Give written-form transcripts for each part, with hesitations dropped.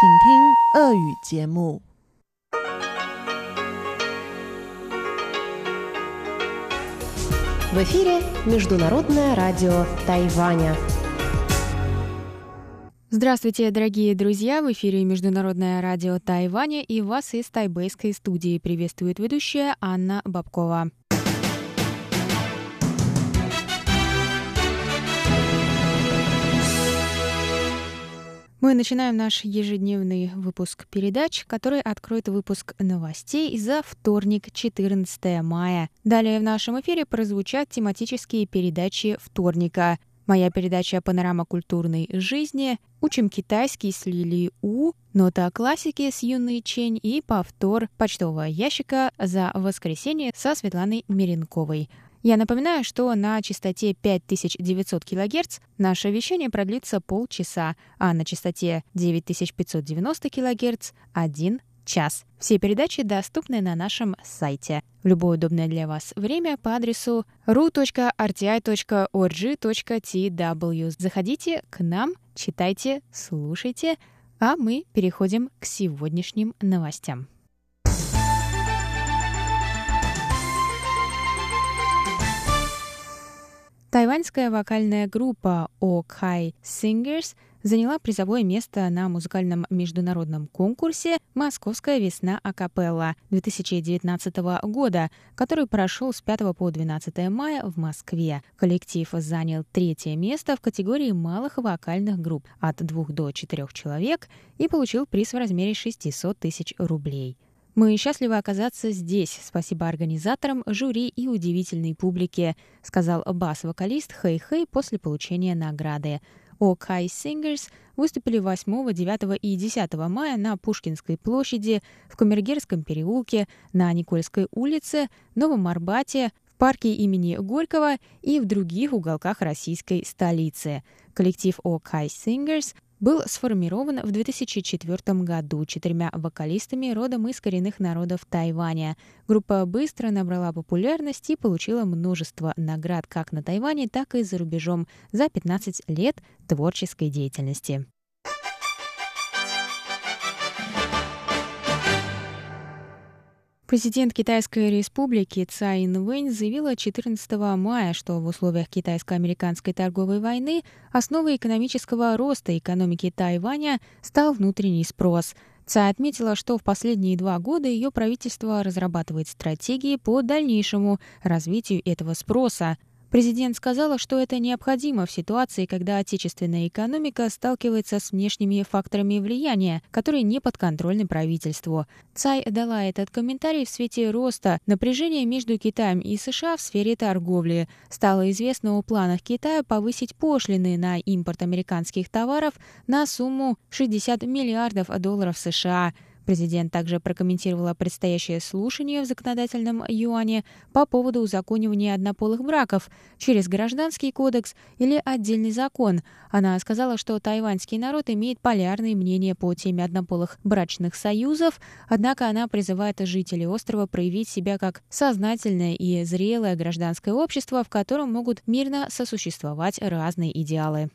请听俄语节目。 В эфире Международное радио Тайваня. Здравствуйте, дорогие друзья! В эфире Международное радио Тайваня, и вас из тайбэйской студии приветствует ведущая Анна Бабкова. Мы начинаем наш ежедневный выпуск передач, который откроет выпуск новостей за вторник, 14 мая. Далее в нашем эфире прозвучат тематические передачи вторника. Моя передача «Панорама культурной жизни», «Учим китайский» с Лили У, «Нота классики» с Юной Чень и повтор почтового ящика за воскресенье со Светланой Меренковой. Я напоминаю, что на частоте 5900 кГц наше вещание продлится полчаса, а на частоте 9590 кГц – 1 час. Все передачи доступны на нашем сайте. В любое удобное для вас время по адресу ru.rti.org.tw. Заходите к нам, читайте, слушайте, а мы переходим к сегодняшним новостям. Тайваньская вокальная группа OK Singers заняла призовое место на музыкальном международном конкурсе «Московская весна акапелла» 2019 года, который прошел с 5 по 12 мая в Москве. Коллектив занял 3-е место в категории малых вокальных групп от 2 до 4 человек и получил приз в размере 600 тысяч рублей. «Мы счастливы оказаться здесь. Спасибо организаторам, жюри и удивительной публике», сказал бас-вокалист Хэй-Хэй после получения награды. OK Singers выступили 8, 9 и 10 мая на Пушкинской площади, в Камергерском переулке, на Никольской улице, Новом Арбате, в парке имени Горького и в других уголках российской столицы. Коллектив OK Singers был сформирован в 2004 году 4 вокалистами родом из коренных народов Тайваня. Группа быстро набрала популярность и получила множество наград как на Тайване, так и за рубежом за 15 лет творческой деятельности. Президент Китайской республики Цай Инвэнь заявила 14 мая, что в условиях китайско-американской торговой войны основой экономического роста экономики Тайваня стал внутренний спрос. Цай отметила, что в последние 2 года ее правительство разрабатывает стратегии по дальнейшему развитию этого спроса. Президент сказала, что это необходимо в ситуации, когда отечественная экономика сталкивается с внешними факторами влияния, которые не подконтрольны правительству. Цай дала этот комментарий в свете роста напряжения между Китаем и США в сфере торговли. Стало известно о планах Китая повысить пошлины на импорт американских товаров на сумму $60 миллиардов США. Президент также прокомментировала предстоящее слушание в законодательном юане по поводу узаконивания однополых браков через Гражданский кодекс или отдельный закон. Она сказала, что тайваньский народ имеет полярные мнения по теме однополых брачных союзов, однако она призывает жителей острова проявить себя как сознательное и зрелое гражданское общество, в котором могут мирно сосуществовать разные идеалы.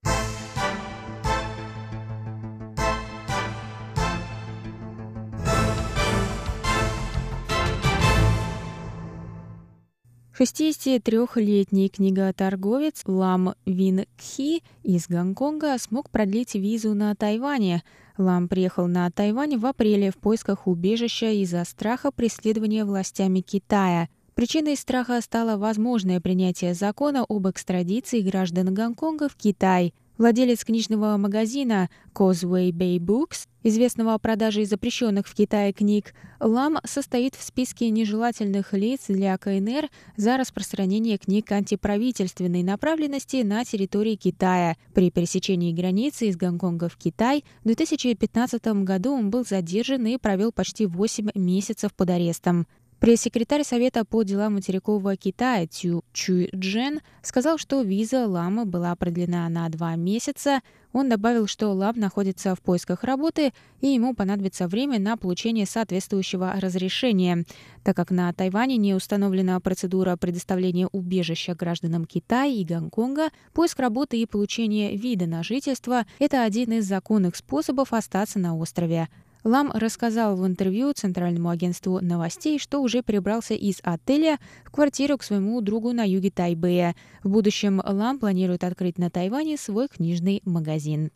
Шестидесятитрёхлетний книготорговец Лам Вин Кхи из Гонконга смог продлить визу на Тайване. Лам приехал на Тайвань в апреле в поисках убежища из-за страха преследования властями Китая. Причиной страха стало возможное принятие закона об экстрадиции граждан Гонконга в Китай. Владелец книжного магазина Causeway Bay Books, известного о продаже запрещенных в Китае книг, Лам состоит в списке нежелательных лиц для КНР за распространение книг антиправительственной направленности на территории Китая. При пересечении границы из Гонконга в Китай в 2015 году он был задержан и провел почти 8 месяцев под арестом. Пресс-секретарь Совета по делам материкового Китая Цю Чуйчжэн сказал, что виза Лама была продлена на 2 месяца. Он добавил, что Лам находится в поисках работы, и ему понадобится время на получение соответствующего разрешения. Так как на Тайване не установлена процедура предоставления убежища гражданам Китая и Гонконга, поиск работы и получение вида на жительство – это один из законных способов остаться на острове. Лам рассказал в интервью Центральному агентству новостей, что уже перебрался из отеля в квартиру к своему другу на юге Тайбэя. В будущем Лам планирует открыть на Тайване свой книжный магазин.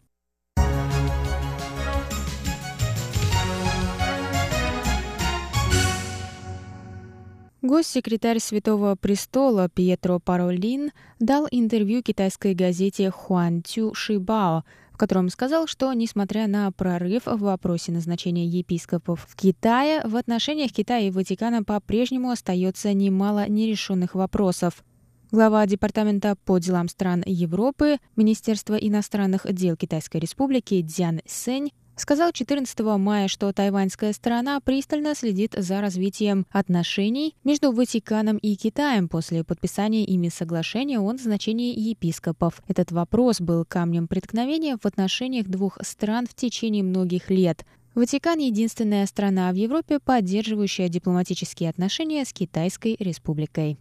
Госсекретарь Святого Престола Пьетро Паролин дал интервью китайской газете «Хуанцю Шибао», в котором сказал, что, несмотря на прорыв в вопросе назначения епископов в Китае, в отношениях Китая и Ватикана по-прежнему остается немало нерешенных вопросов. Глава Департамента по делам стран Европы Министерства иностранных дел Китайской Республики Дзян Сэнь сказал 14 мая, что тайваньская сторона пристально следит за развитием отношений между Ватиканом и Китаем после подписания ими соглашения о назначении епископов. Этот вопрос был камнем преткновения в отношениях двух стран в течение многих лет. Ватикан — единственная страна в Европе, поддерживающая дипломатические отношения с Китайской Республикой.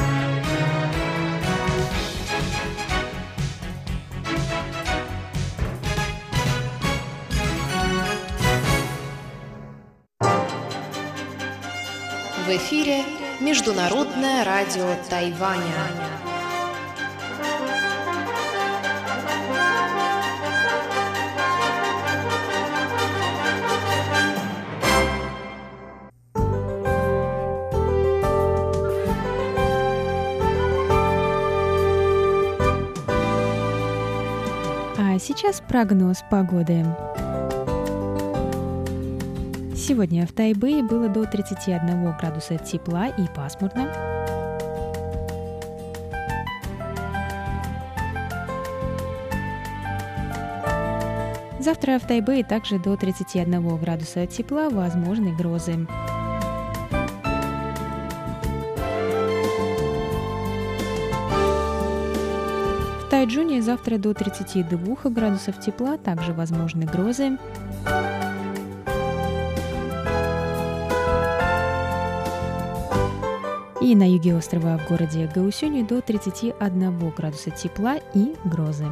В эфире Международное радио Тайваня. А сейчас прогноз погоды. Сегодня в Тайбэе было до 31 градуса тепла и пасмурно. Завтра в Тайбэе также до 31 градуса тепла, возможны грозы. В Тайчжуне завтра до 32 градусов тепла, также возможны грозы. И на юге острова в городе Гаосюни до 31 градуса тепла и грозы.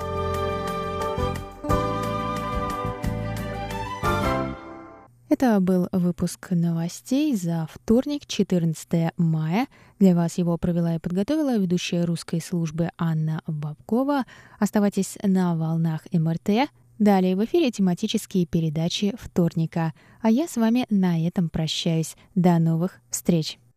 Это был выпуск новостей за вторник, 14 мая. Для вас его провела и подготовила ведущая русской службы Анна Бабкова. Оставайтесь на волнах МРТ. Далее в эфире тематические передачи вторника. А я с вами на этом прощаюсь. До новых встреч!